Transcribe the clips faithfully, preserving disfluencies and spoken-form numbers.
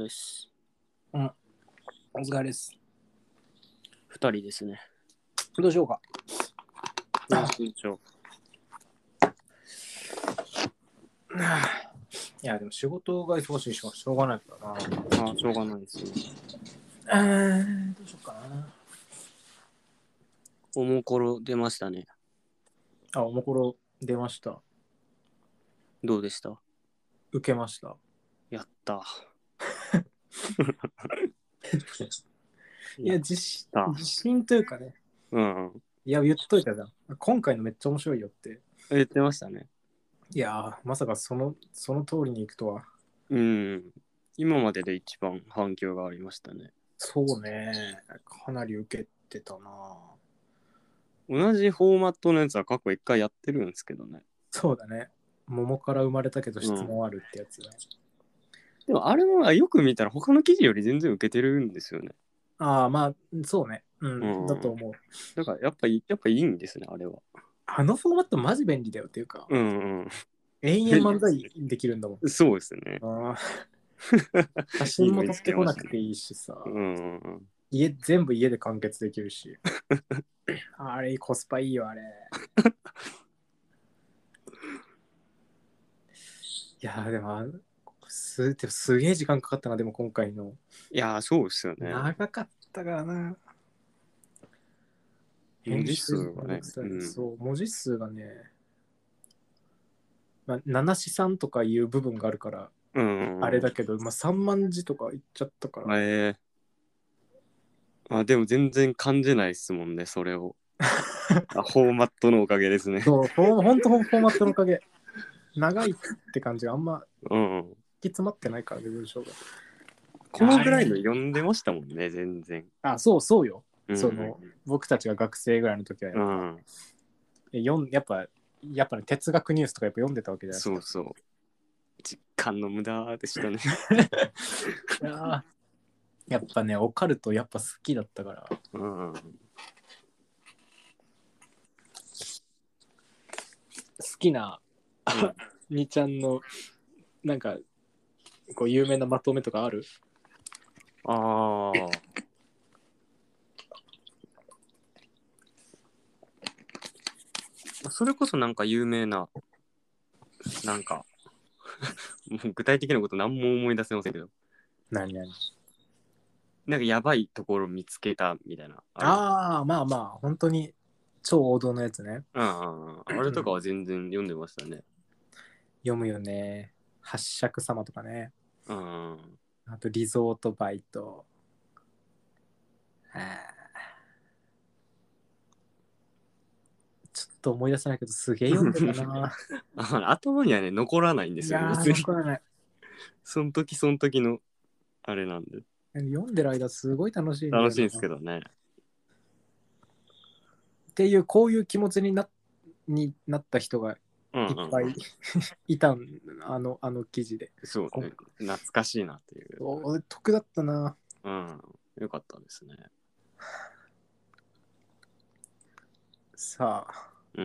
です。 うん。お疲れです。 二人ですね。 どうしようか。 どうしよいや、でも仕事が忙しいしかしょうがないからな。 う。ああ、しょうがないですね。 えー、どうしようかな。 おもころ出ましたね。 あ、おもころ出ました。 どうでした？ 受けました。 やった。 いや、自信、自信というかね。 うん、うん。 いや、言っといたじゃん。今回のめっちゃ面白いよって。 言ってましたね。 いやー、まさかその、その通りに行くとは。 うん。今までで一番反響がありましたね。 そうね。かなり受けてたな。 同じフォーマットのやつは過去一回やってるんですけどね。 そうだね。桃から生まれたけど質問あるってやつね。 でもあれもよく見たら他の記事より全然受けてるんですよね。 ああ、まあ、そうね。う、 うんん。 だと思う。 だからやっぱり、やっぱいいんですね、あれは。 あのフォーマットマジ便利だよっていうか、 うんうん。 永遠漫才できるんだもん。 そうですね。 あ写真も撮ってこなくていいしさ、 うんうん。 家全部家で完結できるし。あれ、コスパいいよ、あれ。いやー、でも、すでもすげえ時間かかったな、でも今回の。 いやー、そうですよね。 長かったからな。 文字編集数がね。 めんどくさい、 うん。 そう、文字数がね、まあ、七四三とかいう部分があるから、 うんうん。 あれだけど、まあ、さんまん字とかいっちゃったから。 えー、あ、でも全然感じないですもんね、それを。あ、フォーマットのおかげですね。 そう、ほんほんとフォーマットのおかげ。長いって感じがあんまうんうん。 引き詰まってないからね、文章が。 このぐらいの読んでましたもんね、全然。 あ、そうそうよ。 うんその、僕たちが学生ぐらいの時はやっぱ、 うん。 え読んやっぱ、やっぱね、哲学ニュースとかやっぱ読んでたわけじゃないですか。 そうそう。実感の無駄でしたね。 いややっぱね、オカルトやっぱ好きだったから。 うんうん。 好きな、にちゃんの、なんか、こう、有名なまとめとかある？ ああ。それこそなんか有名な、なんか、もう具体的なこと何も思い出せませんけど、 何何なんかやばいところ見つけたみたいな。ある。 ああ、まあまあ、本当に超王道のやつね。 うんうん。あれとかは全然読んでましたね。 読むよね。八尺様とかね。 うん。 あと、リゾートバイト。あーちょっと思い出せないけど、すげえ読んでたな。 あ、頭にはね、残らないんですよね、 いやー、 別に。 残らない。 その時その時のあれなんで。 読んでる間、すごい楽しいんだよな。 楽しいんですけどね。 っていう、こういう気持ちになになった人がうんいっぱいうんうん。 いたん、あの、あの記事で。 そうね。懐かしいなっていう。 お得だったな。 うん。よかったですね。 さあ、 うん。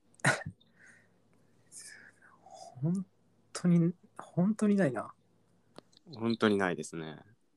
本当に、本当にないな。 本当にないですね。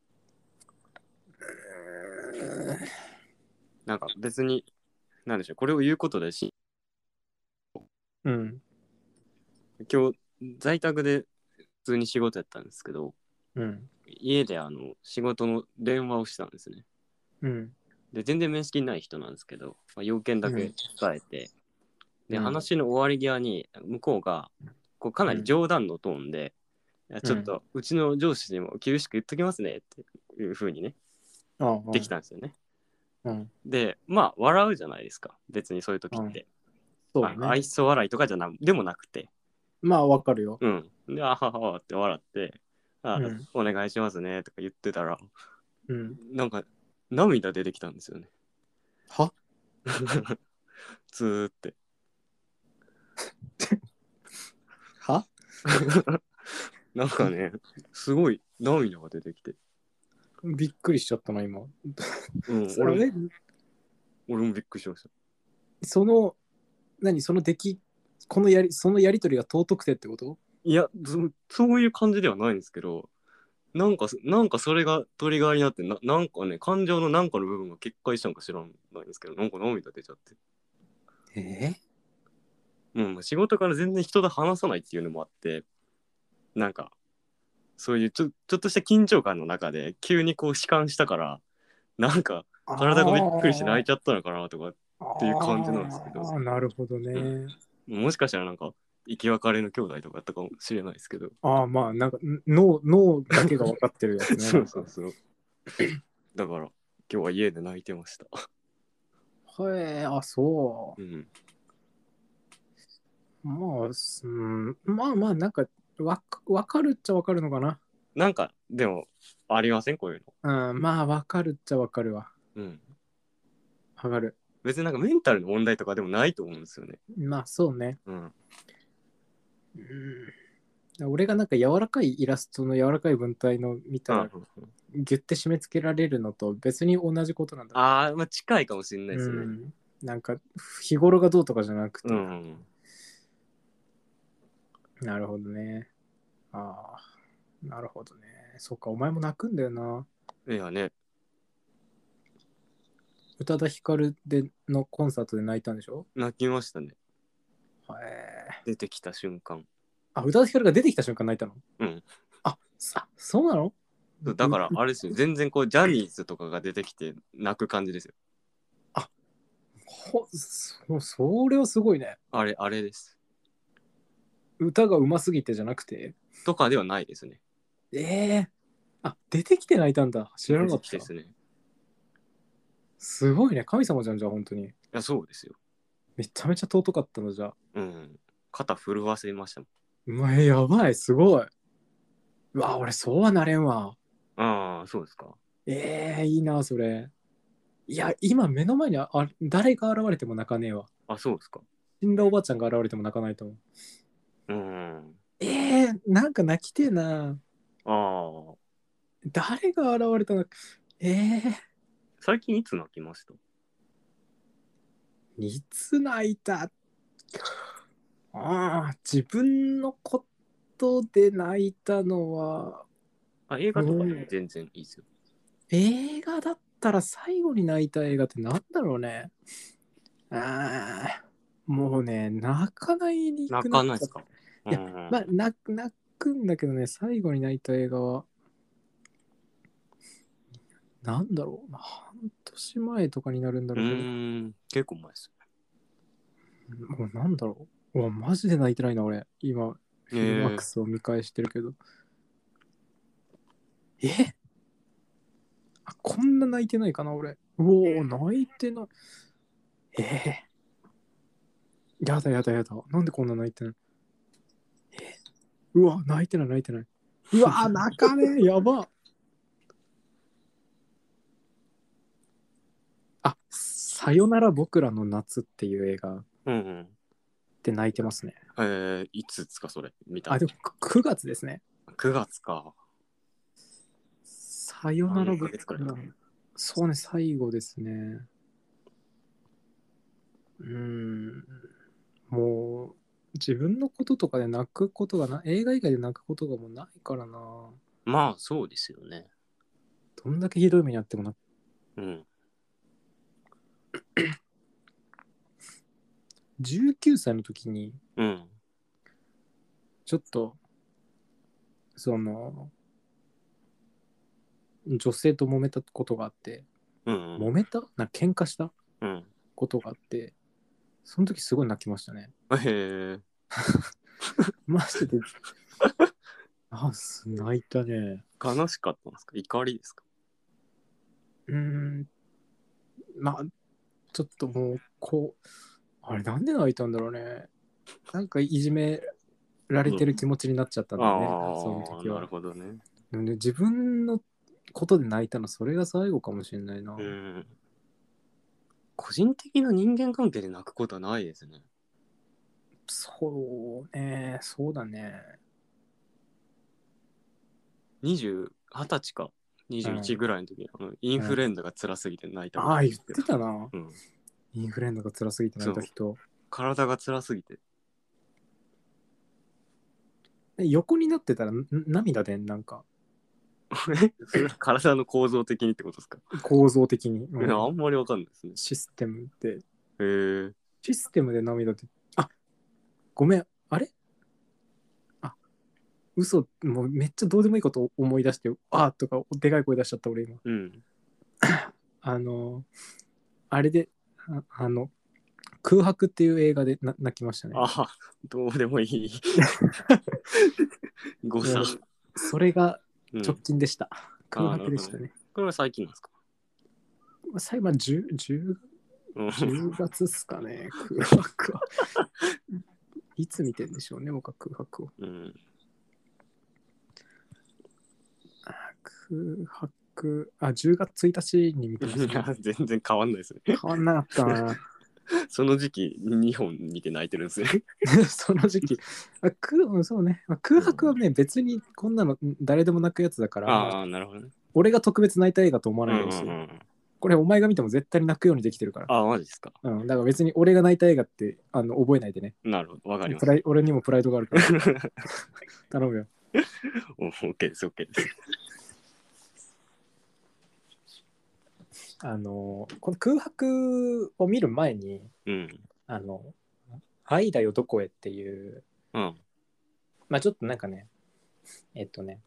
なんか別に、なんでしょう、これを言うことでし、 うん。 今日在宅で普通に仕事やったんですけど、 うん。 家であの仕事の電話をしたんですね。 うん。 で、全然面識ない人なんですけど、まあ、要件だけ伝えて、で、 うん、 話の終わり際に向こうがこうかなり冗談のトーンで、うん、ちょっとうちの上司にも厳しく言っときますねっていう風にね、 うん、 できたんですよね。 うん、 で、まあ笑うじゃないですか、別にそういう時って。 うん、そうあの愛想笑いとかじゃなでもなくて、 まあわかるよ。 うん。で、あははって笑って、あ、 うん、 お願いしますねとか言ってたら、 うん、 なんか涙出てきたんですよね。 はつーって。 はなんかね、すごい涙が出てきて。 びっくりしちゃったな、今。 うん、俺も、 あれ俺もびっくりしました。 その、何、その出来、このやり、そのやりとりが尊くてってこと？ いやそ、そういう感じではないんですけど、 なんかなんかそれがトリガーになってな、なんかね感情のなんかの部分が決壊したんか知らないんですけど、なんか涙出ちゃって、 えもう仕事から全然人と話さないっていうのもあって、なんかそういうちょちょっとした緊張感の中で急にこう弛緩したから、なんかあ体がびっくりして泣いーちゃったのかなとかっていう感じなんですけど、 あー、なるほどうん、 ね。 もしかしたらなんか生き別れの兄弟とかだったかもしれないですけど。 ああ、まあ、なんか、脳、脳だけが分かってるやつね。 そうそうそう。だから今日は家で泣いてました。 はい、あ、そうん。 う。まあ、すうん、まあまあ、なんか、わか、わかるっちゃわかるのかな。 なんかでもありませんこういううん、まあ、わかるっちゃわかるわ。 の。うん。 わかる。 別になんかメンタルの問題とかでもないと思うんですよね。 まあ、そうね。 うん。 うん、俺がなんか柔らかいイラストの柔らかい文体の見たうんら、ギュッて締め付けられるのと別に同じことなんだ。 ああ、まあ近いかもしれないですね。 うん。なんか、日頃がどうとかじゃなくて、 うん。 なるほどね。ああ、なるほどね。そっか、お前も泣くんだよな。 いやね、 宇多田ヒカルでのコンサートで泣いたんでしょ？ 泣きましたね。 へえ。 出てきた瞬間。 あ、宇多田ヒカルが出てきた瞬間泣いたの？ うん。 あ、さ、そうなの？ だからあれですよ、全然こうジャニーズとかが出てきて泣く感じですよ。 あ、ほ、そ、それはすごいね。 あれ、あれです。 歌がうますぎてじゃなくて。 とかではないですね。 ええ、あ、出てきて泣いたんだ。知らな出かった。 てきてですね。いすごいね。神様じゃん、じゃあ、本当に。 や、そうですよ。 めちゃめちゃ尊かったの、じゃあ。 うん。肩震わせましたもうまい、やばい、すごい。うわ、俺、そうはなれんわ。 ん。ああ、そうですか。 ええ、いいな、それ。いや、今、目の前にあ、あ誰が現れても泣かねえわ。 あ、そうですか。 死んだおばあちゃんが現れても泣かないと思う。 うん。 ええー、なんか泣きてえな。 ああ、 誰が現れたの？ええー、 最近いつ泣きました？ いつ泣いた？ああ、自分のことで泣いたのは、 あ、映画とかでもうん、 全然いいですよ。 映画だったら最後に泣いた映画ってなんだろうね。ああ、もうね、泣かないにく泣なっちゃった。いかないですか？うや、まあ、 ん。 泣く、泣くんだけどね、最後に泣いた映画は、なんだろうな、半年前とかになるんだうろうけど、 ーん、結構前ですもうなんだろう。うわ、マジで泣いてないな、俺。今、フね。 ィルマッえー、 クスを見返してるけど。えあ、こんな泣いてないかな、俺。うおー、泣いてない。ええー、やだやだやだ。なんでこんな泣いてない？うわ、泣いてない、泣いてない。うわ、泣かねえ、やば。あ、さよなら僕らの夏っていう映画うんうん。 で泣いてますね。 えー、いつですかそれ見たあ、 の？ でもくがつですね。 くがつか。 さよなら何ヶ月くらいか。 僕らの。そうね、最後ですね。うーん。もう、自分のこととかで泣くことがな、映画以外で泣くことがもうないからな。 まあ、そうですよね。 どんだけひどい目にあってもな。 うん。 じゅうきゅうさいの時に、 うん。 ちょっと、その、女性と揉めたことがあって、 うん。 揉めたな、喧嘩したうん。 ことがあって、その時すごい泣きましたね。 へえ。 マジで、あ、泣いたね。 悲しかったんですか？怒りですか？ うーん、まあ、ちょっともう、こう、あれなんで泣いたんだろうね。なんかいじめられてる気持ちになっちゃったんだよね、そのああ、 時は。 なるほどね。 でもね、自分のことで泣いたの、それが最後かもしれないな。 うん。個人的な人間関係で泣くことはないですね。 そうね、そうだね。 にじゅう、はたちかにじゅういちうん。 ぐらいの時に、あのインフルエンザが辛すぎて泣いたことああ、言っあるんですけど。 てたな。 うん。 インフルエンザが辛すぎて泣いた人。 体が辛すぎて。 横になってたらん涙でん、なんか。 それは体の構造的にってことですか？ 構造的に。うんいや、あんまりわかんないですね。 システムで、 へえ。 システムで涙って、あ、ごめん、あれあ、嘘、もうめっちゃどうでもいいこと思い出して、あーとかでかい声出しちゃった俺今。 うん。 あの、あれで、ああの、空白っていう映画でな泣きましたね。 ああ、どうでもいい。誤差。 それがうん。 直近でした。 あ空あ、なるほど。 白でしたね。 これは最近なんですか？ 最後はじゅう、じゅう、 うん。 じゅうがつっすかね、空白は。いつ見てんでしょうね、僕は空白を。 うん。 あ空白、あ、じゅうがつついたちに見てます、ね。 いや、全然変わんないですね。 変わんなかったな。 その時期にほん見て泣いてるんですね。 その時期。あ空そうね、まあ空白はね、別にこんなの誰でも泣くやつだから、 ああ、なるほどね。 俺が特別泣いた映画と思わうんうないでほしい。 んうん。 これお前が見ても絶対に泣くようにできてるから。 ああ、マジですか。 うん、だから別に俺が泣いた映画ってあの覚えないでね。 なるほど。わかりまプす。 ライ俺にもプライドがあるから。頼むよ。 オッケーです、オッケーです。 あの、この空白を見る前に、 うん。 あの、愛だよどこへっていう、 うん。 まあちょっとなんかね、えっとね、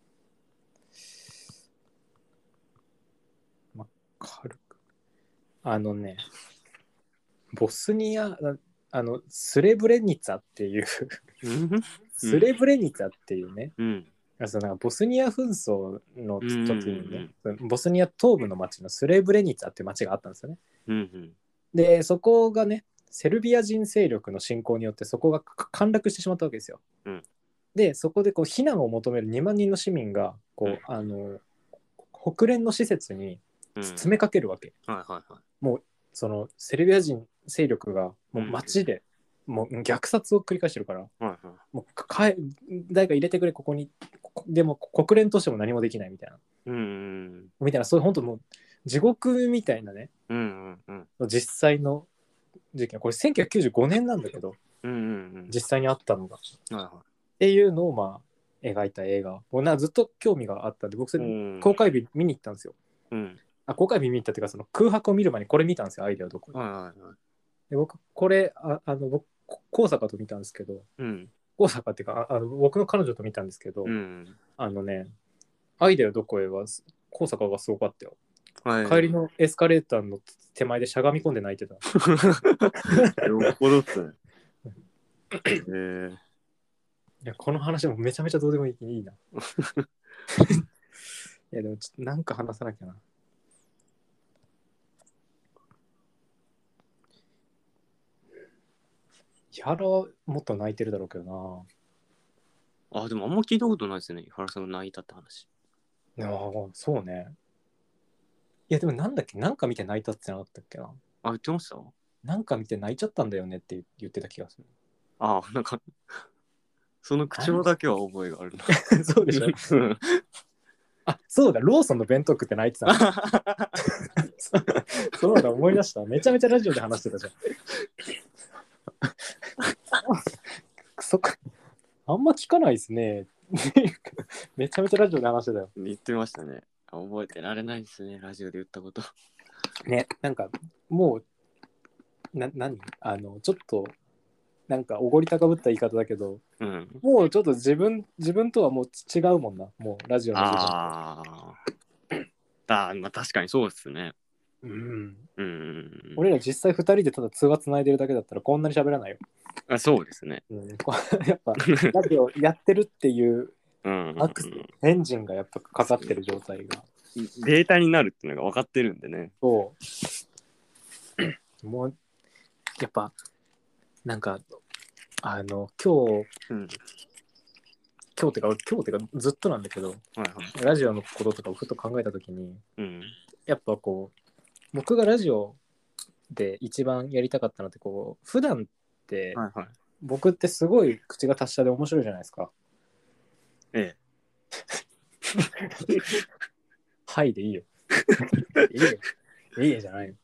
まあ、軽く、あのね、ボスニア、あの、スレブレニツァっていううんスレブレニツァっていうね、 うんそのなんかボスニア紛争のうん時にね、ボスニア東部の町のスレブレニツァっていう町があったんですよね。 うんうんで、そこがね、セルビア人勢力の侵攻によってそこが陥落してしまったわけですよ。 うん、 で、そこでこう避難を求めるにまん人の市民がこう、 うん、 あの国連の施設にうん、 詰めかけるわけ。 はいはいはい。 もうそのセルビア人勢力がもう街で、もう虐殺を繰り返してるから、 はいはい、 もうか誰か入れてくれここに、でも国連としても何もできないみたいな、 うんうんみたいな、そういう本当もう地獄みたいなね、 うんうんうん実際の事件、これせんきゅうひゃくきゅうじゅうごねんなんだけど、 うんうんうん実際にあったのが、 はいはっていうのをまあ描いた映画、もうなずっと興味があったんで、僕それい。 公開日見に行ったんですよ。 うんあ、公開日見に行ったっていうか、その空白を見る前にこれ見たんですよ、アイデアどこはいはいはい。 で。僕これああの僕高坂と見たんですけど、 うん高坂っていうかああの僕の彼女と見たんですけど、 うんあのね、アイデアどこへは高坂がすごかったよ。 はい。 帰りのエスカレーターの手前でしゃがみ込んで泣いてた。 よっぽどっすね。えー、 いや、この話もめちゃめちゃどうでもいいいいな。いや、でもちょっとなんか話さなきゃな。伊原はもっと泣いてるだろうけどあ、でもあんま聞いたことないですね。井原さんが泣いたって話。 な。ああ、そうね。いや、でもなんだっけ、なんか見て泣いたってなかったっけな。 あ、言ってました？ なんか見て泣いちゃったんだよねって言ってた気がする。 あ、なんか、その口調だけは覚えがあるな。 そうでしょ。あ、そうだ、ローソンの弁当食って泣いてたの。そうだ、思い出した。めちゃめちゃラジオで話してたじゃん。そっか、あんま聞かないですね。めちゃめちゃラジオで話してたよ。 言ってましたね。覚えてられないですね、ラジオで言ったこと。 ね、なんかもう、な、何あの、ちょっと、なんかおごり高ぶった言い方だけど、 うん。 もうちょっと自分、自分とはもう違うもんな。もうラジオの自分。 ああ。あ、まあ確かにそうですね。 うん。 うん。 俺ら実際ふたりでただ通話つないでるだけだったらこんなに喋らないよ。 あ、そうですね。 うん、こやっぱラジオやってるっていううんうんアクセス、エンジンがやっぱかかってる状態が。 データになるっていうのが分かってるんでね。 そう。もう、やっぱ、なんか、あの、今日、 うん。 今日ってか、今日ってかずっとなんだけど、 はいはい。 ラジオのこととかをふと考えたときに、 うん。 やっぱこう、僕がラジオで一番やりたかったのって、こう、普段って、 はいはい。 僕ってすごい口が達者で面白いじゃないですか。 えはいでいいよ。いいよ。いいよじゃないよ。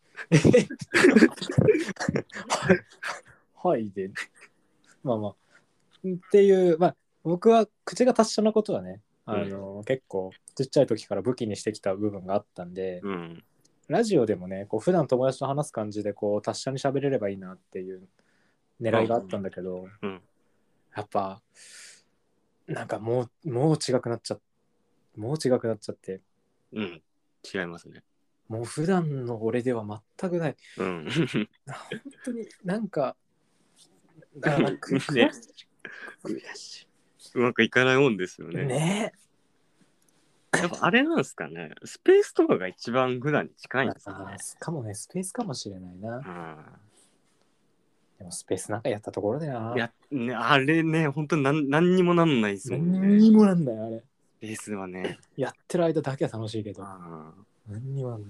はいで。まあまあ。っていう、まあ僕は口が達者なことはね、 あの、うん、結構ちっちゃい時から武器にしてきた部分があったんで、 うん、 ラジオでもねこう普段友達と話す感じでこう達者に喋れればいいなっていう狙いがあったんだけど、 うんうん、 やっぱなんかもうもう違くなっちゃもう違くなっちゃって、 うん、違いますね。 もう普段の俺では全くない、 うん、 本当になんかあ悔しい、ね、悔しい、 うまくいかないもんですよね。 ねえ。やっぱあれなんですかね。スペースとかが一番普段に近いんですかね。 かもね、スペースかもしれないな。 うん、 でもスペースなんかやったところでな。 いや、ね、あれね、本当に何何にもなんないですもんね。 何にもなんないあれ。 スペースはね。 やってる間だけは楽しいけど。 うん、 何にもなんない。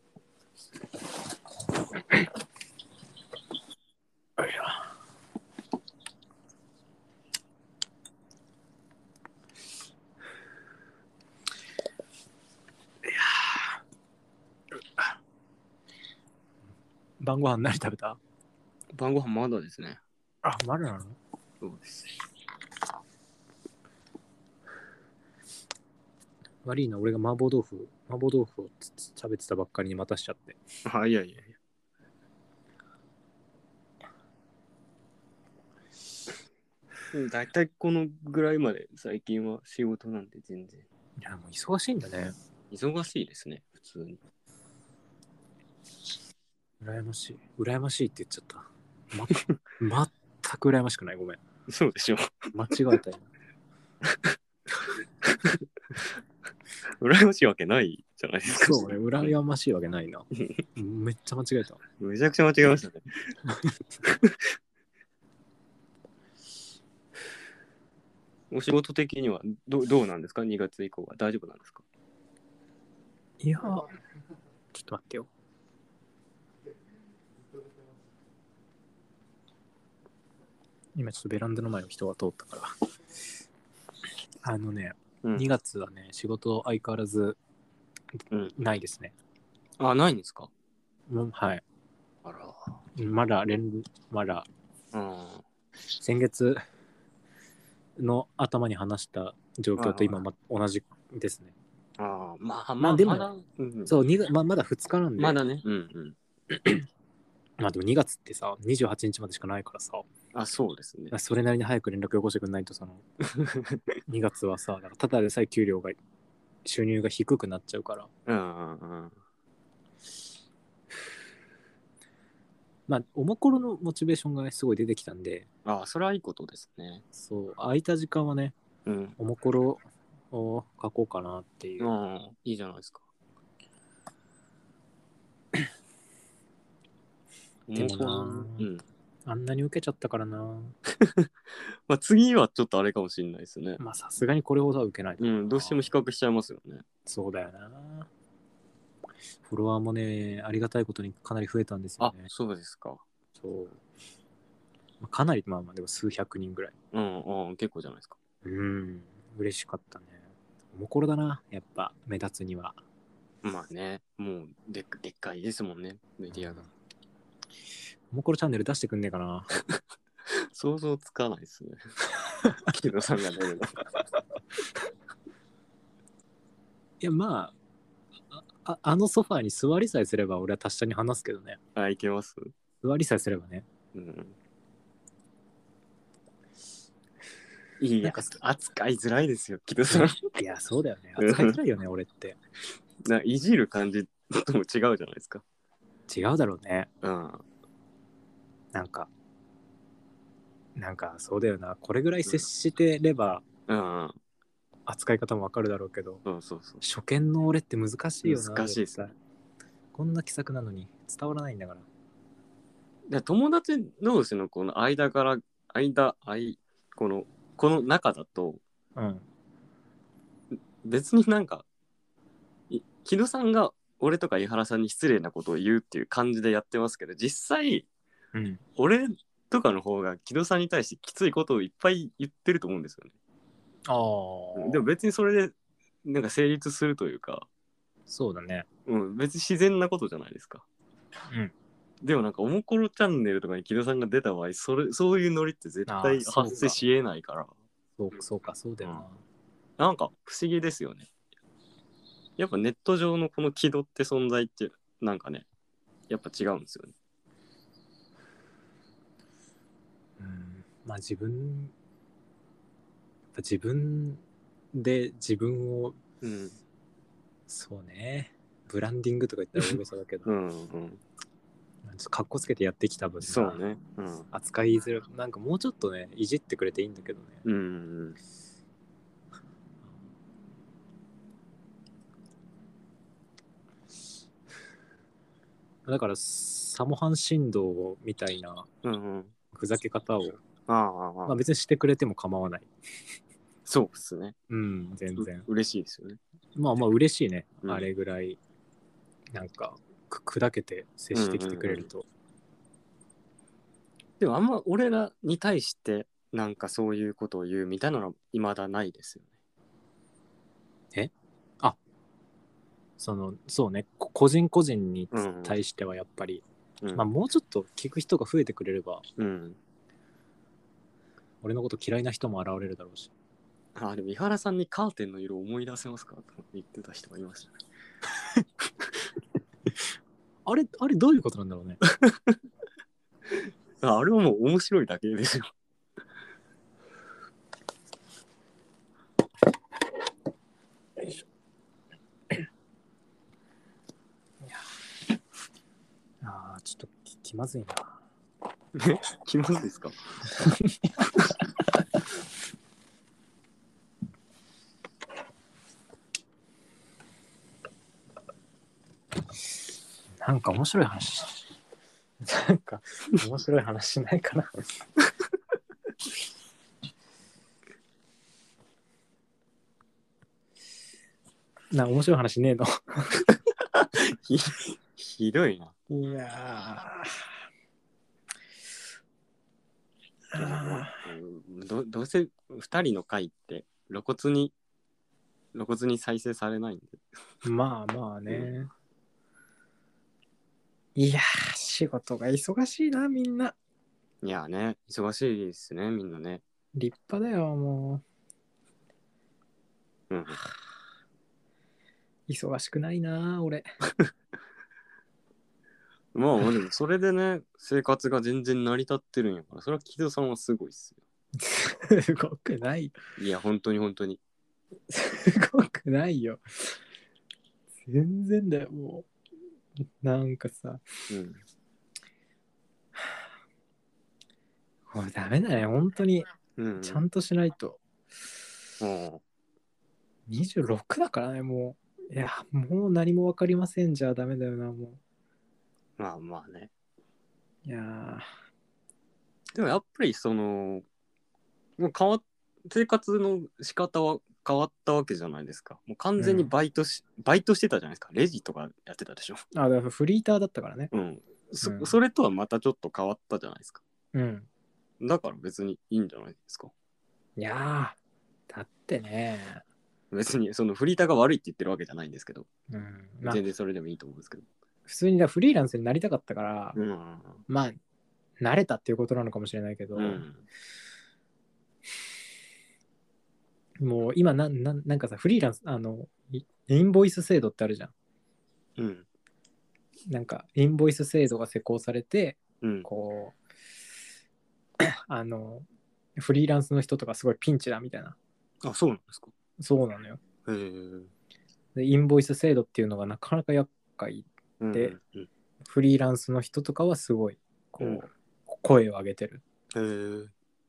晩ご飯何食べた？ 晩ご飯まだですね。 あ、まだなの？ そうです。 悪いな、俺が麻婆豆腐、麻婆豆腐を食べてたばっかりに待たしちゃって。 あ、いやいやいや。だいたいこのぐらいまで最近は仕事なんで全然。 いや、もう忙しいんだね。 忙しいですね、普通に。 羨ましい。羨ましいって言っちゃった。ま、全く羨ましくない。ごめん。 そうでしょ。 間違えたよ。 羨ましいわけないじゃないですか。 そうね、羨ましいわけないな。めっちゃ間違えた。 めちゃくちゃ間違えましたね。お仕事的にはどどうなんですか？ に 月以降は大丈夫なんですか？ いや、ちょっと待ってよ。今ちょっとベランダの前を人が通ったから。あのね、うん、にがつはね、仕事相変わらずないですね。 うん、あ、ないんですか？ うん、はい。 あら。 まだ連、まだ、うん、先月の頭に話した状況と今ま同じですね。 ああ、まあまあ、 まあでも、 まだ、うん、 そう、ま, まだふつかなんで。 まだね。うんうん。 まあでもにがつってさ、にじゅうはちにちまでしかないからさ。 あ、そうですね。 それなりに早く連絡よこしてくんないと、その、にがつはさ、だからただでさえ給料が、収入が低くなっちゃうから。 うんうんうん。 まあ、おもころのモチベーションがね、すごい出てきたんで。 ああ、それはいいことですね。 そう、空いた時間はね、うん、おもころを書こうかなっていう。 うん、いいじゃないですか。 でもな、うん、あんなに受けちゃったからな。 まあ次はちょっとあれかもしれないですね。 まあさすがにこれほどは受けない。 うん、どうしても比較しちゃいますよね。 そうだよな。フォロワーもね、ありがたいことにかなり増えたんですよね。 あ、そうですか。 そう。まあ、かなり、まあまあでも数百人ぐらい。 うんうん、結構じゃないですか。 うん、嬉しかったね。おもころだな、やっぱ目立つには。 まあね、もうででっかいですもんね、メディアが。 おもころチャンネル出してくんねえかな。 想像つかないですね。木戸さんが出るの。 いや、まあ、あ、あのソファーに座りさえすれば俺は達者に話すけどね。 あ、いけます？ 座りさえすればね。 うん。いや、扱いづらいですよ、木戸さん。 いや、そうだよね。扱いづらいよね、俺って。 ないじる感じとも違うじゃないですか。 違うだろうね。 うん。 なんか、なんかそうだよな。これぐらい接してれば、うん、うん、扱い方もわかるだろうけど、 そうそうそう、 初見の俺って難しいよな。 難しいです。 こんな気さくなのに伝わらないんだから。 で友達同士のこの間から間あいこのこの中だと、うん、別になんか木戸さんが俺とか井原さんに失礼なことを言うっていう感じでやってますけど、実際、うん、俺とかの方が木戸さんに対してきついことをいっぱい言ってると思うんですよね。ああ。でも別にそれでなんか成立するというか。 そうだね。 うん、別に自然なことじゃないですか。うん。でもなんかおもころチャンネルとかに木戸さんが出た場合、それそういうノリって絶対発生しえないから。 そうそうか、そうだよな。うん、 なんか不思議ですよね。やっぱネット上のこの気取って存在ってなんかね、やっぱ違うんですよね。 うん、まあ自分、やっぱ自分で自分を、 うん、 そうね、ブランディングとか言ったら大げさだけど、 うんうん、 ちょっとかっこつけてやってきた分な、 そうね、うん、 扱いづらなんかもうちょっとね、いじってくれていいんだけどね。 うん、うん、 だからサモハン振動みたいなうんうん、 ふざけ方を、 ああ、ああ、 まあ別にしてくれても構わない。 そうっすね。 うん、全然。 う嬉しいですよね。 まあまあ嬉しいね。 うん、 あれぐらい、なんか、く砕けて接してきてくれると。うんうんうん、 でもあんま俺らに対してなんかそういうことを言うみたいなのは未だないですよえね。 あ、その、そうね、個人個人に対してはやっぱり、うんうん、まあもうちょっと聞く人が増えてくれれば、うん、俺のこと嫌いな人も現れるだろうし。 あ、でも井原さんにカーテンの色を思い出せますかと言ってた人がいましたね。 あれ、あれどういうことなんだろうね。 あ, あれはもう面白いだけですよ。よいしょ。 ああ、ちょっと気まずいな。 え、気まずいですか？ なんか面白い話。なんか面白い話ないかな。な、面白い話ねえの。 ひ, ひどいな。 いやー ど, どうせふたりの回って露骨に露骨に再生されないんで。 まあまあね。うん、いやー、仕事が忙しいな、みんな。 いやね、忙しいですね、みんなね。 立派だよ、もう。うん。 忙しくないな、俺。 まあ、でもそれでね、生活が全然成り立ってるんやから、それは木戸さんはすごいっすよ。すごくない。 いや、本当に本当に。 すごくないよ。全然だよ、もう。なんかさ。うん。これダメだね、本当に。うん、ちゃんとしないと。うん。にじゅうろくだからね、もう。いや、もう何も分かりませんじゃダメだよな、もう。 まあまあね。 いやでもやっぱりその、もう変わっ生活の仕方は変わったわけじゃないですか。もう完全にバイトし、うん、バイトしてたじゃないですか。レジとかやってたでしょ。 あ、だからフリーターだったからね。 うん。そ、うん、それとはまたちょっと変わったじゃないですか。うん。だから別にいいんじゃないですか。 いやー、だってね。 別にそのフリーターが悪いって言ってるわけじゃないんですけど。うん。まあ、全然それでもいいと思うんですけど。 普通にだフリーランスになりたかったから、うん、まあ、慣れたっていうことなのかもしれないけど、うん、もう今なな、なんかさ、フリーランス、あの、インボイス制度ってあるじゃん。うん。なんか、インボイス制度が施行されて、うん、こう、あの、フリーランスの人とかすごいピンチだみたいな。 あ、そうなんですか。 そうなのよ。へー。で、インボイス制度っていうのがなかなか厄介で、うんうんうん、フリーランスの人とかはすごい、こう、うん、声を上げてる。へー。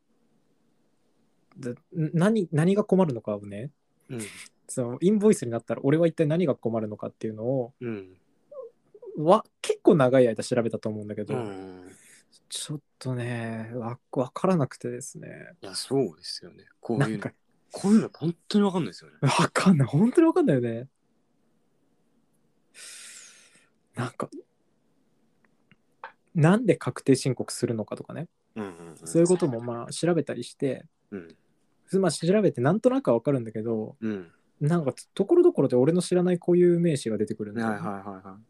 で何何が困るのかをね、うん、そのインボイスになったら俺は一体何が困るのかっていうのを、うん、わ結構長い間調べたと思うんだけど、うん、ちょっとねわ分からなくてですね。 いやそうですよね。こういうのこういうの本当に分かんないですよね。 分かんない、本当に分かんないよね。なんかなんで確定申告するのかとかね、うんうんうん、そういうこともまあ調べたりして、うん、まあ調べてなんとなくは分かるんだけど、うん、なんかところどころで俺の知らない固有名詞が出てくるんだよね。はいはいはいはい。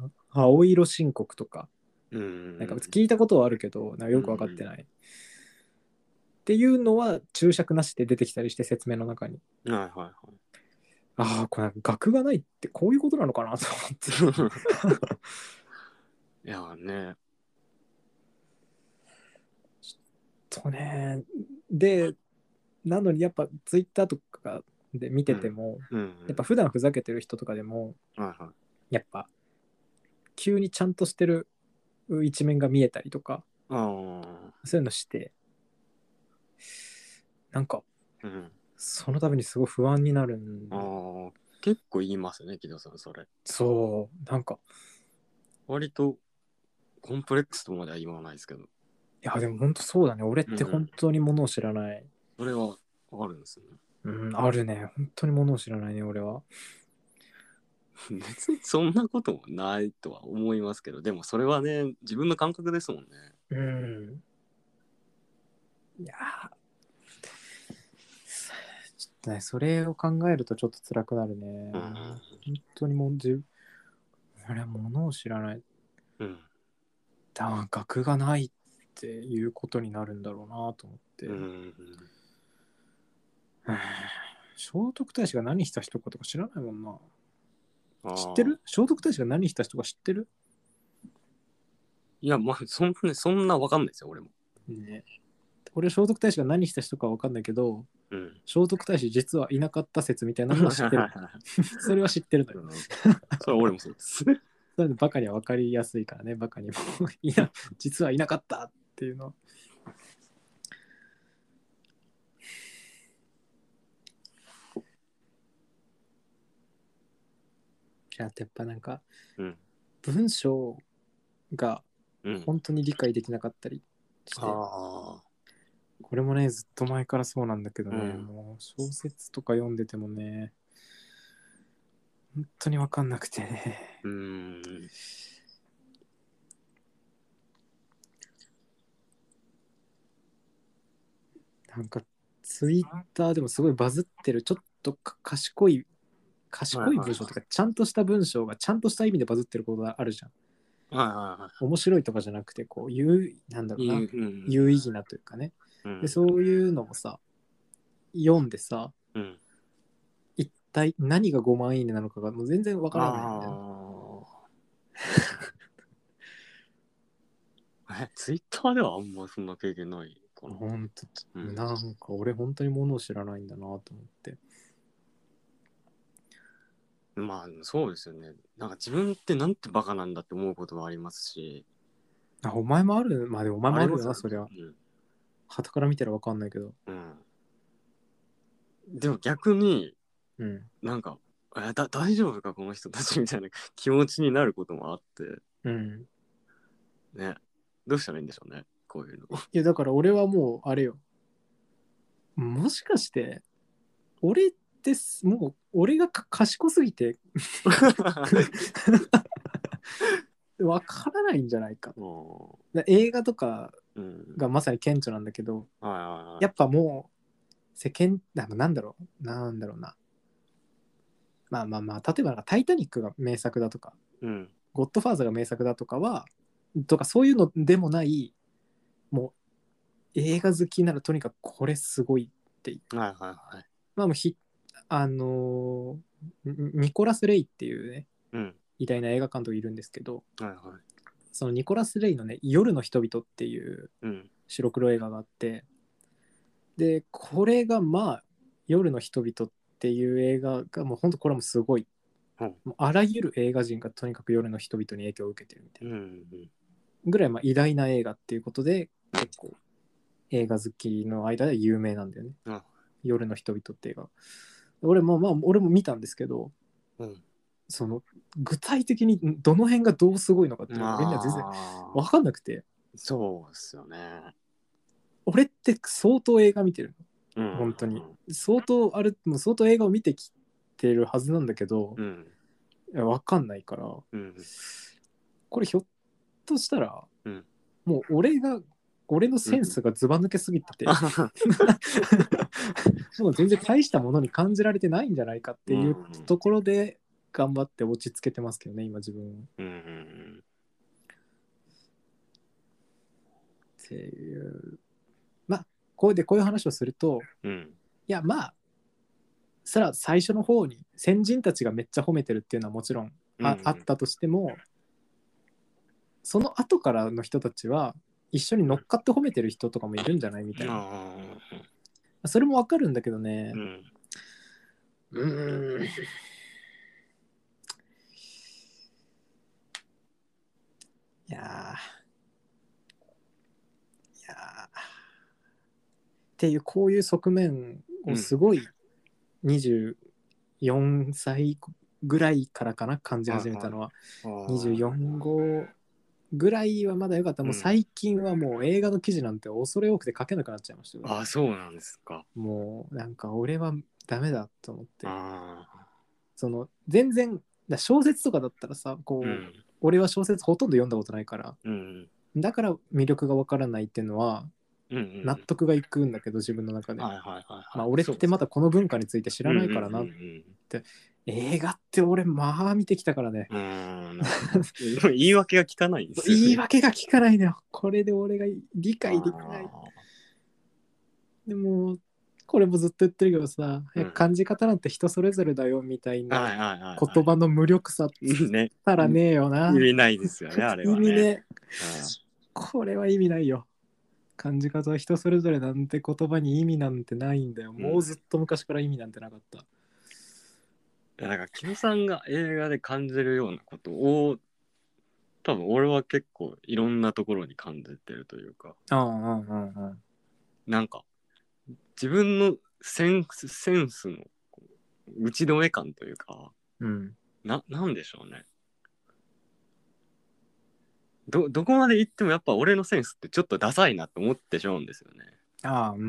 青色申告とか、うんうんうん、なんか聞いたことはあるけどなんかよく分かってない、 っていうのは注釈なしで出てきたりして説明の中に。 はいはいはい。 ああ、これ学がないってこういうことなのかなと思って。 いやね。 とね、で、なのにやっぱツイッターとかで見てても、 うんうんうん、 やっぱ普段ふざけてる人とかでも、 はいはい、 やっぱ急にちゃんとしてる一面が見えたりとか、 あそういうのして、なんか、 うん、 その度にすごい不安になるんで。 あ結構言いますね、木戸さん、それ。 そう、なんか。 割とコンプレックスとまでは言わないですけど。いや、でも本当そうだね。俺って本当にものを知らない。うん、 それはあるんですね。 うん、あるね。本当にものを知らないね、俺は。 別にそんなこともないとは思いますけど、でもそれはね、自分の感覚ですもんね。 うん。いやちょっとね、それを考えるとちょっと辛くなるね。うん、本当にもう自分、俺はものを知らない。 うん。 だ学がないっていうことになるんだろうなと思って。 うん。 聖徳太子が何した人かとか知らないもんな。知っあてる？聖徳太子が何した人か知ってる？ いや、まあ、そんな、そんなわかんないですよ、俺も。 ね。俺、聖徳太子が何した人かわかんないけど、 うん。 聖徳太子実はいなかった説みたいなのは知ってる。それは知ってるのよ。 うん、それは俺もそうです。 それでバカには分かりやすいからね、バカにも。いや、実はいなかったっていうの。あとやっぱなんか、 うん、 文章がうん。 本当に理解できなかったりして、 ああ。 これもね、ずっと前からそうなんだけどね、 うんもう小説とか読んでてもね、本当に分かんなくてね。 うーん。 なんか、ツイッターでもすごいバズってる、ちょっとか賢い、賢い文章とか、ちゃんとした文章がちゃんとした意味でバズってることがあるじゃん。 はいはいは面白いとかじゃなくて、こう、有、なんだろうな、 い。うん、 有意義なというかね。 うん。 で、そういうのもさ、読んでさ、 うん。 一体何がごまんいいねなのかがもう全然わからないんだよ。 ああ。え、ツイッターではあんまそんな経験ないかな。 ほんと、 うん、 なんか俺本当にものを知らないんだなと思って。 まあ、そうですよね。なんか自分ってなんてバカなんだって思うこともありますし。 あ、お前もある？まあでもお前もあるよな、そりゃ。 うん。 傍から見たらわかんないけど。 うん。でも逆に、 うん。 なんか、えだ大丈夫かこの人たちみたいな気持ちになることもあって、 うん。 ね。どうしたらいいんでしょうね、こういうの。 いや、だから俺はもう、あれよ。もしかして、俺ってすもう、俺がか賢すぎてわからないんじゃないか。だ映画とかうん、 がまさに顕著なんだけど、 はいはいはい。 やっぱもう、世間、ななんだろう、なんだろうな。まあまあまあ、例えばなんかタイタニックが名作だとか、 うん。 ゴッドファーザーが名作だとかは、とかそういうのでもない、もう映画好きならとにかくこれすごいっていう。 はいはいはい。 まあもうひ、あのーニコラス・レイっていうね、 うん。 偉大な映画監督いるんですけど、 はいはい。 そのニコラス・レイのね、夜の人々っていううん。 白黒映画があって、で、これがまあ、夜の人々っていう映画がもう本当これもすごい。 うん。 もうあらゆる映画人がとにかく夜の人々に影響を受けてるみたいな。 うん。 ぐらいまあ偉大な映画っていうことで、結構映画好きの間で有名なんだよね。 うん。 夜の人々って映画。俺もまあ、俺も見たんですけど、 うん。 その具体的にどの辺がどうすごいのかっていうのが俺には全然分かんなくて、 そうですよね。 俺って相当映画見てるうん。 の。本当に。相当ある、もう相当映画を見てきてるはずなんだけど、 うん。 いや分かんないから、 うん。 これひょっとしたら、 うん。 もう俺が、俺のセンスがずば抜けすぎてて、もう全然大したものに感じられてないんじゃないかっていうところで頑張って落ち着けてますけどね、今自分を。 うん。 っていう。まあ、 こうでこういう話をすると、 うん、 いやまあそら最初の方に先人たちがめっちゃ褒めてるっていうのはもちろん あ,、 うんうん、 あったとしても、その後からの人たちは一緒に乗っかって褒めてる人とかもいるんじゃないみたいな。それもわかるんだけどね。うん、うーん。いやー、いやーっていうこういう側面をすごいにじゅうよんさいぐらいからかな感じ始めたのは、にじゅうよん号ぐらいはまだ良かった。もう最近はもう映画の記事なんて恐れ多くて書けなくなっちゃいましたよ。 あ、そうなんですか。 もうなんか俺はダメだと思って。 あ、 その全然だ小説とかだったらさ、こう、うん、俺は小説ほとんど読んだことないから、うん、だから魅力がわからないっていうのは納得がいくんだけど、自分の中で。まあ俺ってまだこの文化について知らないからなって。映画って俺まあ見てきたからね。うん、 言い訳が効かないんですよ、ね。言い訳が効かないのよ。これで俺が理解できない。でもこれもずっと言ってるけどさ、うん、感じ方なんて人それぞれだよみたいな言葉の無力さったらねえよな。 意味ないですよね、あれはね。 意味ね。これは意味ないよ。感じ方は人それぞれなんて言葉に意味なんてないんだよ。もうずっと昔から意味なんてなかった。 うん、なんか木野さんが映画で感じるようなことを多分俺は結構いろんなところに感じてるというか、 ああ、うんうんうん、 なんか自分のセンス、センスの打ち止め感というか、うん、な、なんでしょうね。ど、どこまで行ってもやっぱ俺のセンスってちょっとダサいなと思ってしまうんですよね。 ああ、うんうん。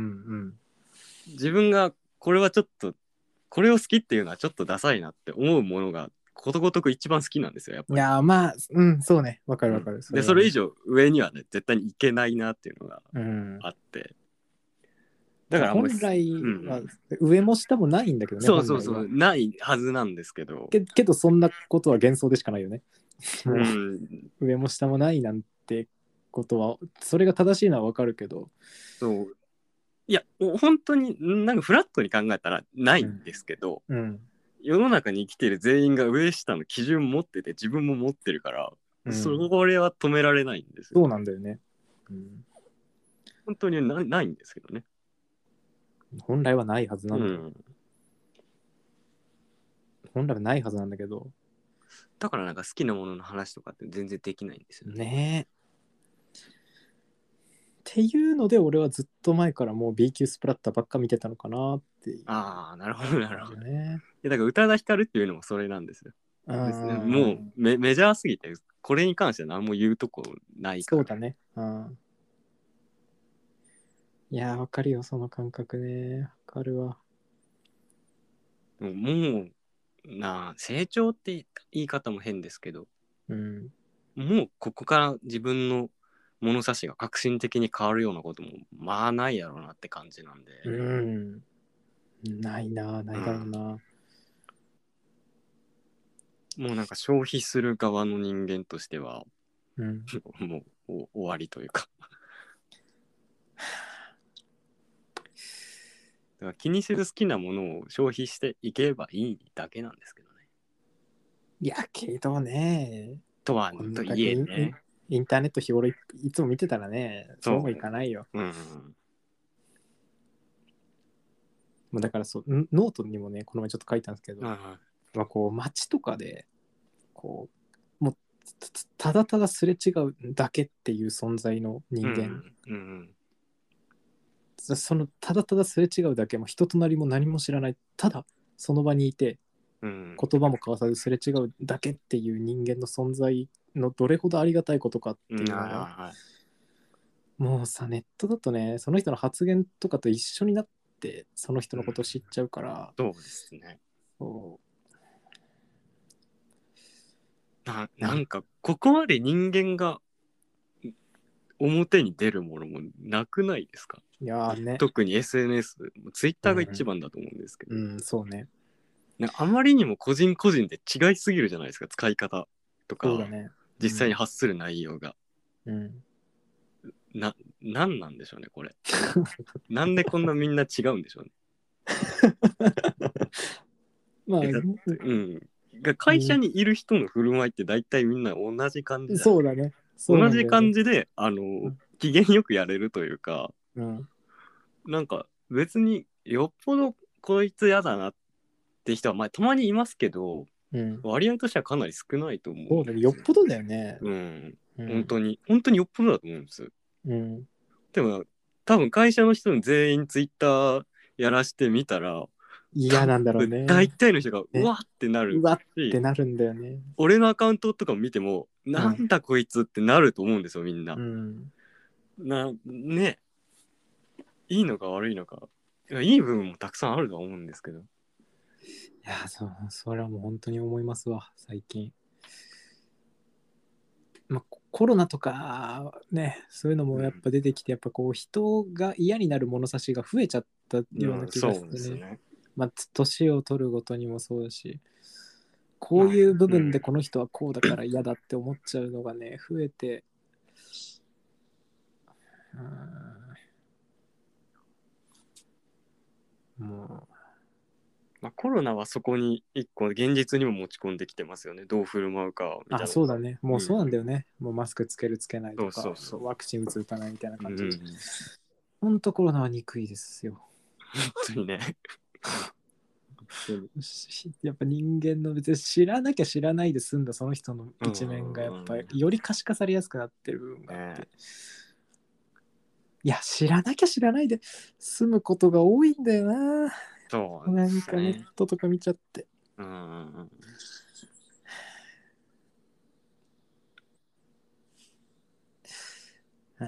自分がこれはちょっと、これを好きっていうのはちょっとダサいなって思うものがことごとく一番好きなんですよ、やっぱり。 いやまあ、うん、そうね。わかるわかる。 うん、そで、それ以上上にはね、絶対にいけないなっていうのがあって。うん、 だから本来は上も下もないんだけどね。 そうそうそう、ないはずなんですけど。 け, けどそんなことは幻想でしかないよね。うん、上も下もないなんてことは、それが正しいのはわかるけど。 そう。いや、本当になんかフラットに考えたらないんですけど、うんうん、世の中に生きてる全員が上下の基準持ってて自分も持ってるから、うん、それは止められないんですよ。 そうなんだよね。うん、 本当に な, ないんですけどね。 本来はないはずなんだよ、うん、本来はないはずなんだけど、 だからなんか好きなものの話とかって全然できないんですよね。ねえ。っていうので俺はずっと前からもう B 級スプラッターばっか見てたのかなっていう。 ああ、なるほどなるほどね。いやだから宇多田ヒカルっていうのもそれなんですよ。ですね、もう メ, メジャーすぎてこれに関しては何も言うとこないから。 そうだね。うん、いやわかるよその感覚ね。わかるわ。 もうもうなあ、成長って言い方も変ですけど、うん、もうここから自分の物差しが革新的に変わるようなこともまあないやろうなって感じなんで。 うん。ないな、ないだろうな。 うん、もうなんか消費する側の人間としては、うん、もう終わりというかだから気にせず好きなものを消費していけばいいだけなんですけどね。 いやけどね。 とはといえね。 インターネット日頃 い, いつも見てたらね、そうもいかないよ。うん、もうだからそうノートにもねこの前ちょっと書いたんですけど、はいはい、まあ、こう街とかでこうもうただただすれ違うだけっていう存在の人間、うんうん、そのただただすれ違うだけ、も人となりも何も知らない、ただその場にいて、うん、言葉も交わさずすれ違うだけっていう人間の存在のどれほどありがたいことかっていうのが、うん、はい、もうさネットだとねその人の発言とかと一緒になってその人のことを知っちゃうから、 うん、そうですね。 そうな, なんかここまで人間が表に出るものもなくないですか？ いやね、 特に エスエヌエス、ツイッターが一番だと思うんですけど、 うん、うん、そうね。 あまりにも個人個人で違いすぎるじゃないですか、使い方とか、 そうだね、 実際に発する内容が、 うん、 な、なんなんでしょうね、これ。なんでこんなみんな違うんでしょうね。 まあ、 えだってうん。が会社にいる人の振る舞いって大体みんな同じ感じじゃん。 そうだね。そう同じなんだよね。 感じで、あの、機嫌よくやれるというか、 うん。 なんか別によっぽどこいつ嫌だなって人は、まあ、たまにいますけど、 うん。 割合としてはかなり少ないと思そううだね。よっぽどだよね。 うん。 うん。 本当に、本当によっぽどだと思うんです。 うん。 でも、多分会社の人に全員ツイッターやらしてみたら、 嫌なんだろう大ね。 体の人がうねわってなるうわっし、 てなるんだよね。 俺のアカウントとか見ても、なんだこいつってなると思うんですよ、みんな。 うん。 な、ね、いいのか悪いのか。いやいい部分もたくさんあるとは思うんですけど。 いや、そう、それはもう本当に思いますわ、最近。まあ、コロナとかね、そういうのもやっぱ出てきて、やっぱこう人が嫌になる物差しが増えちゃったような気がしてね。うん、そうですね。まあ、年を取るごとにもそうだし、こういう部分でこの人はこうだから嫌だって思っちゃうのがね、増えて、うん、もう。 まあ、コロナはそこに一個現実にも持ち込んできてますよね。どう振る舞うかみたいな。 あ、そうだね。もうそうなんだよね。うん、もうマスクつけるつけないとか、 そうそうそう、 ワクチン打つ打たないみたいな感じで。 うん、 ほんとコロナは憎いですよ。 本当にね。 やっぱ人間の別に知らなきゃ知らないで済んだその人の一面がやっぱりより可視化されやすくなってる部分があって、ね、いや知らなきゃ知らないで済むことが多いんだよな。そうなんですね。なんかネットとか見ちゃって、うん、だ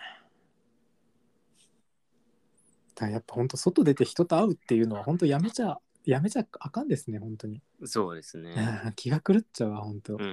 からやっぱ本当外出て人と会うっていうのは本当やめちゃやめちゃあかんですね、本当に。 そうですね。 気が狂っちゃうわ、本当。うん。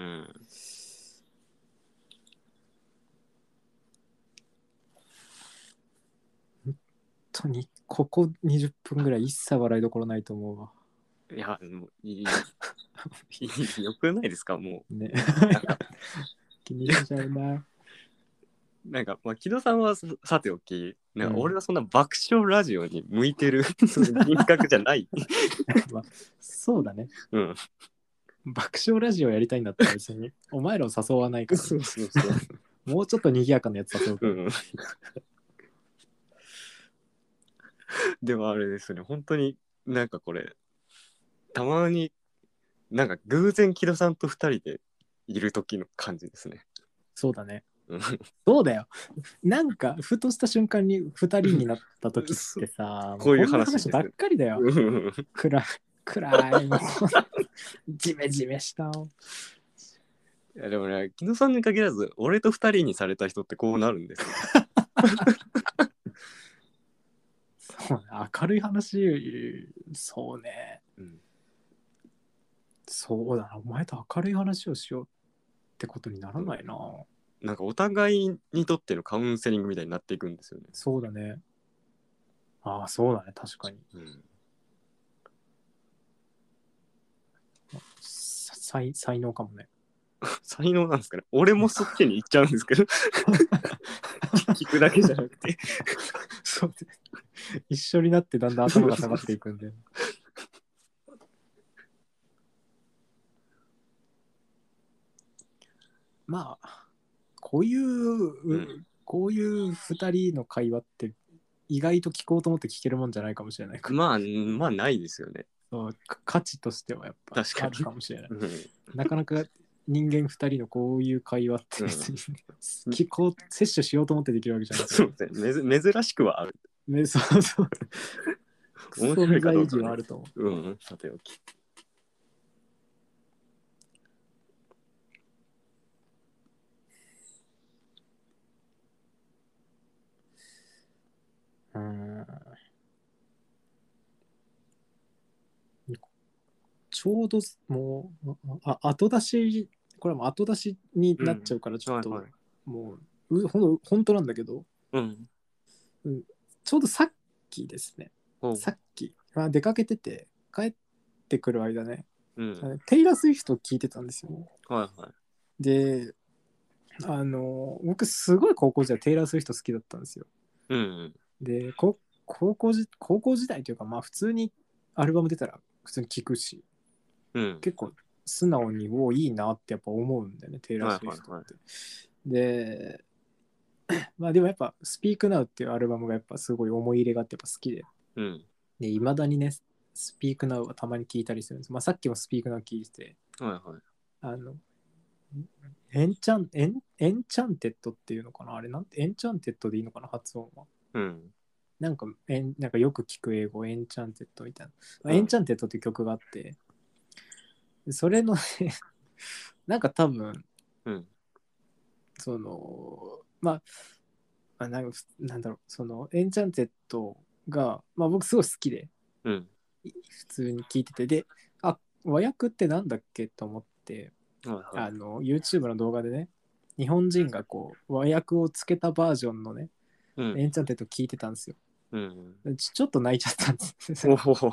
本当にここにじゅっぷんぐらい一切笑いどころないと思うわ。 いや、もういい。よくないですか、もう。ね。 気にしちゃうな。 なんか、まあ、木戸さんはさておき、なんか俺はそんな爆笑ラジオに向いてる、その人格じゃない。 まあ、そうだね。 うん。 爆笑ラジオやりたいんだったら別に、お前らを誘わないから、ね。そうそうそう。もうちょっと賑やかなやつ誘うから。うん、 でもあれですね、本当になんかこれ、たまになんか偶然木戸さんと二人でいる時の感じですね。 そうだね。そうだよ。なんかふとした瞬間にふたりになった時ってさ、こういう話ばっかりだよ。暗い暗いもうジメジメした。 いやでもね、木戸さんに限らず俺と二人にされた人ってこうなるんですよ。 そうね、明るい話、そうね、うん、そうだな、お前と明るい話をしようってことにならないな。 うん、なんかお互いにとってのカウンセリングみたいになっていくんですよね。 そうだね。ああ、そうだね、確かに。うん、才, 才能かもね。 才能なんですかね。俺もそっちに行っちゃうんですけど。聞くだけじゃなくて。 そう一緒になってだんだん頭が下がっていくんで。まあ、こういう、うん、こういうふたりの会話って意外と聞こうと思って聞けるもんじゃないかもしれないか。 まあ、まあないですよね。 そう価値としてはやっぱ確かにあるかもしれない。うん、なかなか人間ふたりのこういう会話って別に、うん、聞こう摂取しようと思ってできるわけじゃない。 そうですね。珍しくはある。 ね、そうそう。面白いかどうか、ね、存在意義はあると思う。 うん、さておき。 うん。ちょうどもうあ後出しこれはもう後出しになっちゃうからちょっと、うんはいはい、もうほん本当なんだけど、うんうん、ちょうどさっきですね、さっき、まあ、出かけてて帰ってくる間ね、うん、テイラー・スウィフト聞いてたんですよ、はいはい、であの僕すごい高校時代テイラー・スウィフト好きだったんですよ。 うん。 でこ高校じ高校時代というかまあ普通にアルバム出たら普通に聴くし、 うん。 結構素直においいなってやっぱ思うんだよね、テイラー・はいスウィフトって。 はいはい。 でまあでもやっぱ「Speak Now」っていうアルバムがやっぱすごい思い入れがあってやっぱ好きで、 うん。 で未だにね「Speak Now」はたまに聴いたりするんです。まあさっきも「Speak Now」聴いてて、 はいはい。 あのエンチャンエンエンチャンテッドっていうのかな、あれなんてエンチャンテッドでいいのかな発音は。 うん。 なんかえんなんかよく聞く英語エンチャンテッドみたいな、まあ、エンうん。 チャンテッドっていう曲があって、それのねなんか多分うん。 そのまあまあなんかなんだろう、そのエンチャンテッドがまあ僕すごい好きでうん。 普通に聞いてて、であ和訳ってなんだっけと思って、 はいはい。 あの YouTube の動画でね日本人がこう和訳をつけたバージョンのねうん。 エンチャンテッド聞いてたんですよ。 うん。 ちちょっと泣いちゃったんですおお。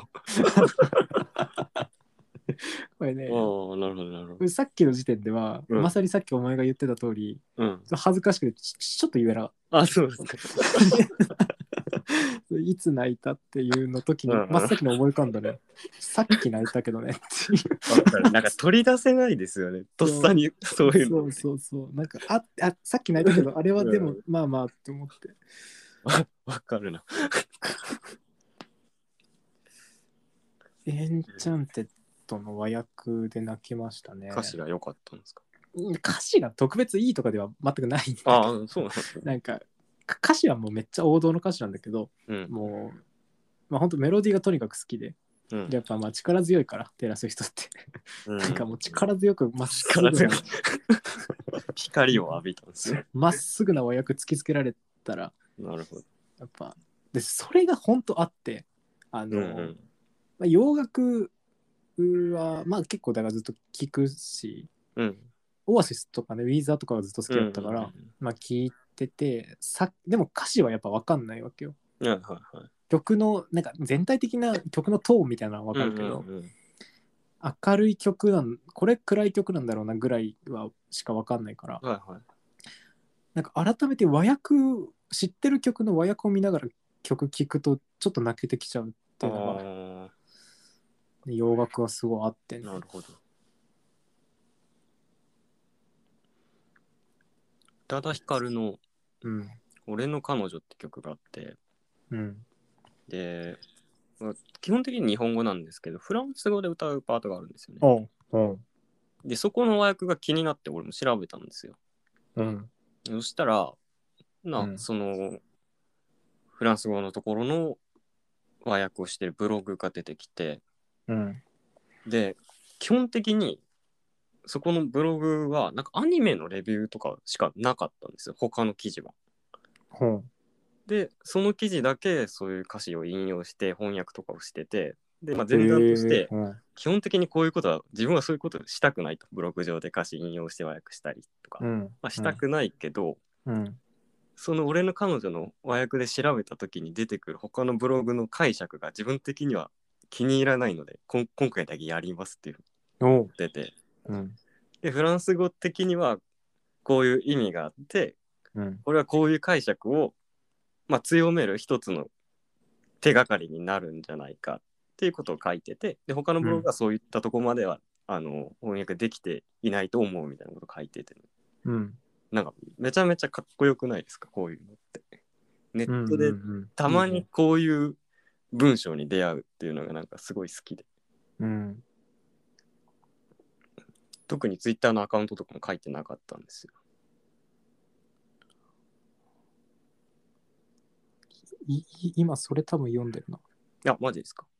これね、 ああ、なるほどなるほど。 さっきの時点では、 うん。 まさにさっきお前が言ってた通り、 うん。 恥ずかしくてちちょっと言えなかっあ、そうですか。 た。いつ泣いたっていうの時にうんうん。わ真っ先に思い浮かんだね。さっき泣いたけどねっていう。 かる。なんか取り出せないですよね。とっさにそういうのって。 そうそうそう。なんか、あ、あ、さっき泣いたけど、あれはでも、 うん。 まあまあって思って。 わわかるな。 エンチャンテッドの和訳で泣きましたね。 歌詞が良かったんですか？ 歌詞が特別いいとかでは全くないんだけど、 ああ、そうなんですね。 なんか、歌詞はもうめっちゃ王道の歌詞なんだけど、 うん。 もう、まあ本当メロディーがとにかく好きで、 うん。 やっぱまあ力強いから、テラス人って。 うなんかん。 もう力強くまっすぐな、 力強く光を浴びたんですね。 まっすぐな和訳突きつけられたら、 なるほど。 やっぱ、で、それが本当あって、あうんうの、 ん。 まあ、洋楽は、まあ結構だからずっと聞くし、 うん。 オアシスとかね、ウィーザーとかはずっと好きうんうだったから、 んまあ聞いてて、さでも歌詞はやっぱ分かんないわけよ。 うん。はいはいはい。 曲の、なんか全体的な曲のトーンみたいなのは分うんうかるけど、 ん明るい曲なん、これ暗い曲なんだろうなぐらいはしか分かんないから、 うん。はいはい。 なんか改めて和訳、知ってる曲の和訳を見ながら曲聴くとちょっと泣けてきちゃうっていうのが、 あ洋楽はすごいあってあ、 ね。 なるほど。宇多田ヒカルのうん。 俺の彼女って曲があって、 うん。 で、まあ基本的に日本語なんですけど、フランス語で歌うパートがあるんですよね。 おう。おう。 で、そこの和訳が気になって俺も調べたんですよ。 うん。 そしたら、な、 うん。 その、フランス語のところの和訳をしてるブログが出てきて、 うん。 で、基本的にそこのブログはなんかアニメのレビューとかしかなかったんですよ、他の記事は。 ほう。 で、その記事だけそういう歌詞を引用して翻訳とかをしてて、で、まあ、 へ前段としえ。 て、 うん。 基本的にこういうことは、自分はそういうことしたくないと、ブログ上で歌詞引用して和訳したりとか、 うん。 まあ、したくないけど、 うん。 その俺の彼女の和訳で調べた時に出てくる他のブログの解釈が自分的には気に入らないので、こん今回だけやりますっていうおう。 出て、 うん。 で、フランス語的にはこういう意味があって、 うん。 これはこういう解釈を、まあ、強める一つの手がかりになるんじゃないかっていうことを書いてて、で他のブログがそういったとこまではあの翻訳できていないと思うみたいなことを書いてて、ね、 うん。 なんかめちゃめちゃかっこよくないですか、こういうのって。ネッうん。 トでうん。 たまにいいね。 こういう文章に出会うっていうのがなんかすごい好きで、 うん。 特にツイッターのアカウントとかも書いてなかったんですよ。 いい今それ多分読んでるな。 いや、マジですか。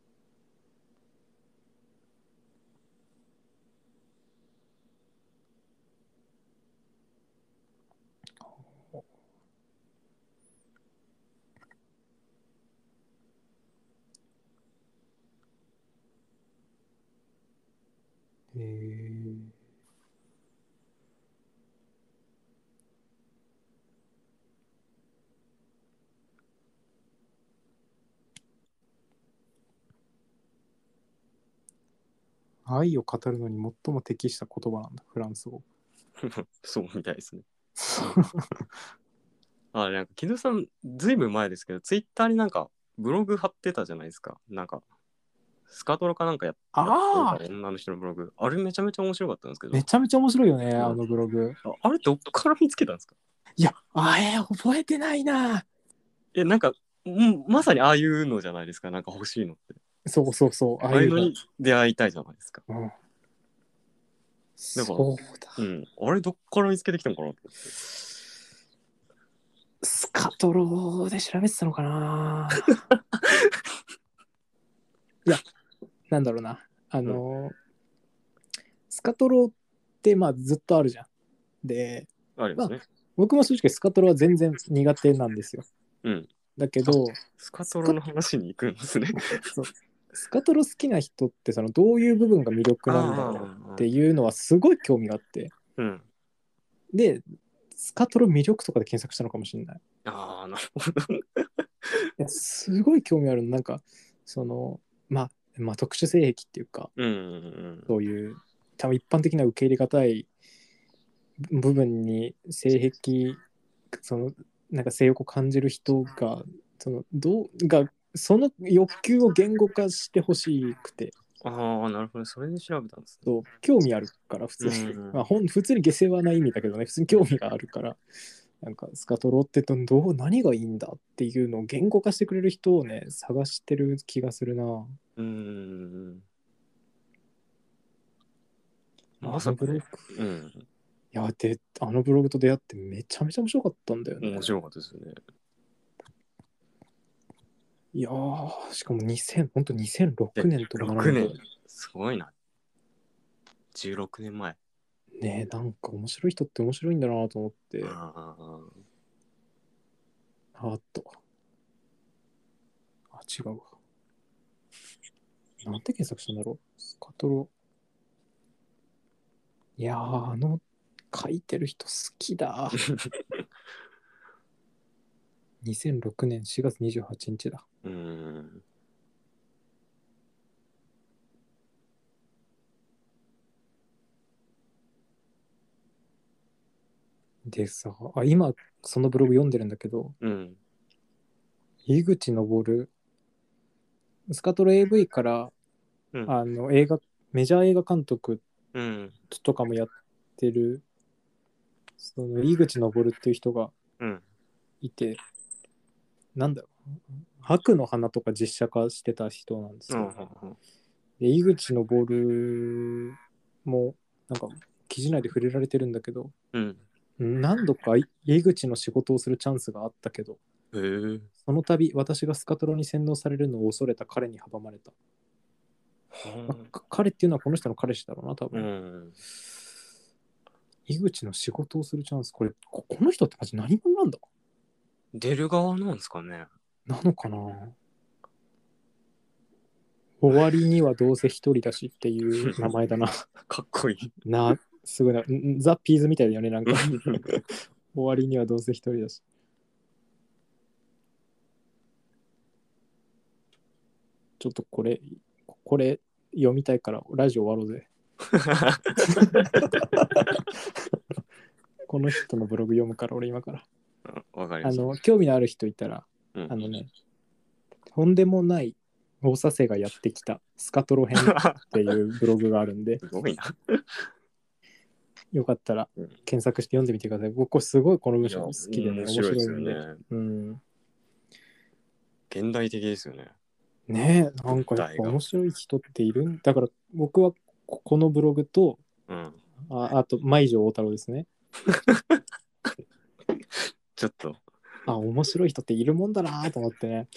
へえ。愛を語るのに最も適した言葉なんだ、フランス語。 そうみたいですね。あ、なんか木戸さんずいぶん前ですけど、ツイッターになんかブログ貼ってたじゃないですか。なんかスカトロかなんかややってああ、 た女の人のブログ。あれめちゃめちゃ面白かったんですけど。 めちゃめちゃ面白いよね、 うんあのブログ。 ああれどっから見つけたんですか？ いや、あえー、覚えてないな。 え、なんか、んまさにああいうのじゃないですか。なんか欲しいのって。 そうそうそう、ああいうの。 ああいうのに出会いたいじゃないですか。 うん、 だから、 そうだ。 うん。あれどっから見つけてきたのかなと思って。 スカトロで調べてたのかな。いや、なんだろうな。あの、うん、スカトロってまあずっとあるじゃん。で、 ありますね。 まあ、僕も正直スカトロは全然苦手なんですよ。 うん。 だけど、 スカトロの話に行くんですね。 そう、スカトロ好きな人ってそのどういう部分が魅力なんだろうっていうのはすごい興味があって、 うん、 でスカトロ魅力とかで検索したのかもしれない。 ああ、なるほど。いやすごい興味あるの。なんかそのまあまあ特殊性癖っていうか、 うんうん、 そういう多分一般的な受け入れがたい部分に性癖、そのなんか性欲を感じる人がそのどうがその欲求を言語化してほしくて、 ああ、なるほど。それで調べたんですね。 そう興味あるから普通に、 うんまあ、ほん普通に下世話な意味だけどね、普通に興味があるから、なんかスカトロってどう何がいいんだっていうのを言語化してくれる人をね探してる気がするな。 うん。まさかね。 あのブログ、 うん。 いやであのブログと出会ってめちゃめちゃ面白かったんだよね。 面白かったですよね。 いやーしかもにせん本当にせんろくねんとかなろくねん。すごいな。じゅうろくねんまえ。 ねえ、なんか面白い人って面白いんだなと思って。ああっと。あ、違うわ。なんて検索したんだろう。スカトロ。いやー、あの、書いてる人好きだ。にせんろくねんしがつにじゅうはちにちだ。 うん。 でさ、あ、今、そのブログ読んでるんだけど、 うん。 井口昇、スカトロ エーブイ から、 うん。 あの映画、メジャー映画監督うん。 とかもやってる、その井口昇っていう人がいて、なんだろう、白の花とか実写化してた人なんですよ。 うん。 で井口昇もなんか記事内で触れられてるんだけど、 うん。 何度か井口の仕事をするチャンスがあったけど、 へえ。 その度私がスカトロに洗脳されるのを恐れた彼に阻まれた。まあ、彼っていうのはこの人の彼氏だろうな多分。うん、井口の仕事をするチャンス、これこの人ってマジ何者なんだ。 出る側なんですかね。 なのかな。終わりにはどうせ一人だしっていう名前だな。 かっこいい。 な、すごいな。ザ・ピーズみたいだよね、なんか。終わりにはどうせ一人だし。ちょっとこれ、これ読みたいからラジオ終わろうぜ。この人のブログ読むから俺今から。 わかりました。 あの、興味のある人いたら、うん、あのね、とんでもない大佐世がやってきたスカトロ編っていうブログがあるんで、 すごいな。 よかったら検索して読んでみてください。僕すごいこの文章好きでね、面白いですよね。うん。 現代的ですよね。 ねえ、なんかやっぱ面白い人っているんだから、僕はこのブログと、うん、あ, あと舞城大太郎ですね。 ちょっとあ、面白い人っているもんだなと思ってね。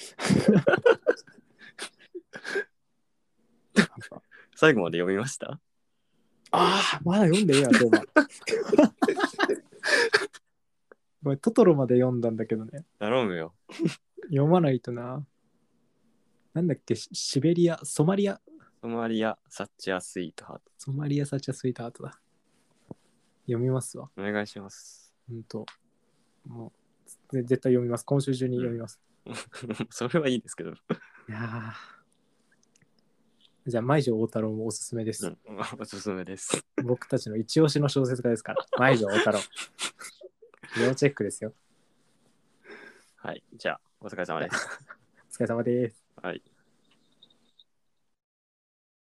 最後まで読みました？ ああ、まだ読んでいいや、そういえば。これトトロまで読んだんだけどね。 頼むよ。 読まないとな。なんだっけ、シベリア、ソマリア。 ソマリア、サッチャースイートハート。 ソマリア、サッチャースイートハートだ。読みますわ。 お願いします。 うんと、もう、絶対読みます。今週中に読みます。 うん、それはいいですけど。いやじゃあ、舞城大太郎もおすすめです。 うん、おすすめです。 僕たちの一押しの小説家ですから、舞城大太郎。要チェックですよ。 はい、じゃあ、お疲れ様です。 お疲れ様です。 はい。